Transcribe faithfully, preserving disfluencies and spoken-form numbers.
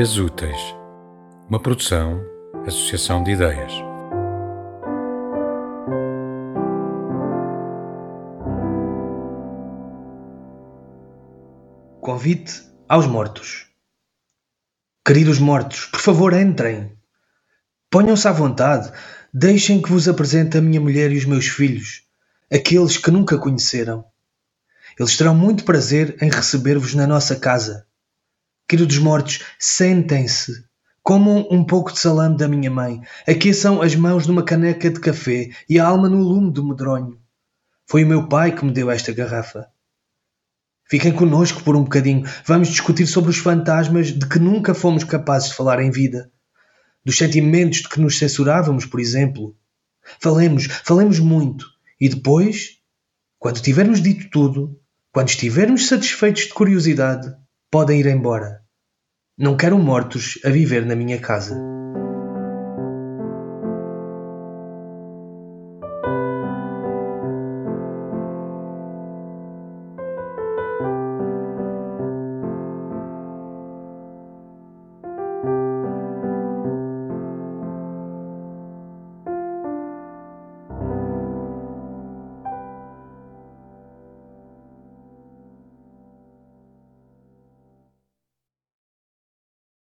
Dias Úteis, uma produção, associação de ideias. Convite aos mortos. Queridos mortos, por favor, entrem. Ponham-se à vontade. Deixem que vos apresente a minha mulher e os meus filhos, aqueles que nunca conheceram. Eles terão muito prazer em receber-vos na nossa casa. Queridos mortos, sentem-se. Comam um pouco de salame da minha mãe. Aqueçam as mãos numa caneca de café e a alma no lume do medronho. Foi o meu pai que me deu esta garrafa. Fiquem connosco por um bocadinho. Vamos discutir sobre os fantasmas de que nunca fomos capazes de falar em vida. Dos sentimentos de que nos censurávamos, por exemplo. Falemos, falemos muito. E depois, quando tivermos dito tudo, quando estivermos satisfeitos de curiosidade, podem ir embora. Não quero mortos a viver na minha casa.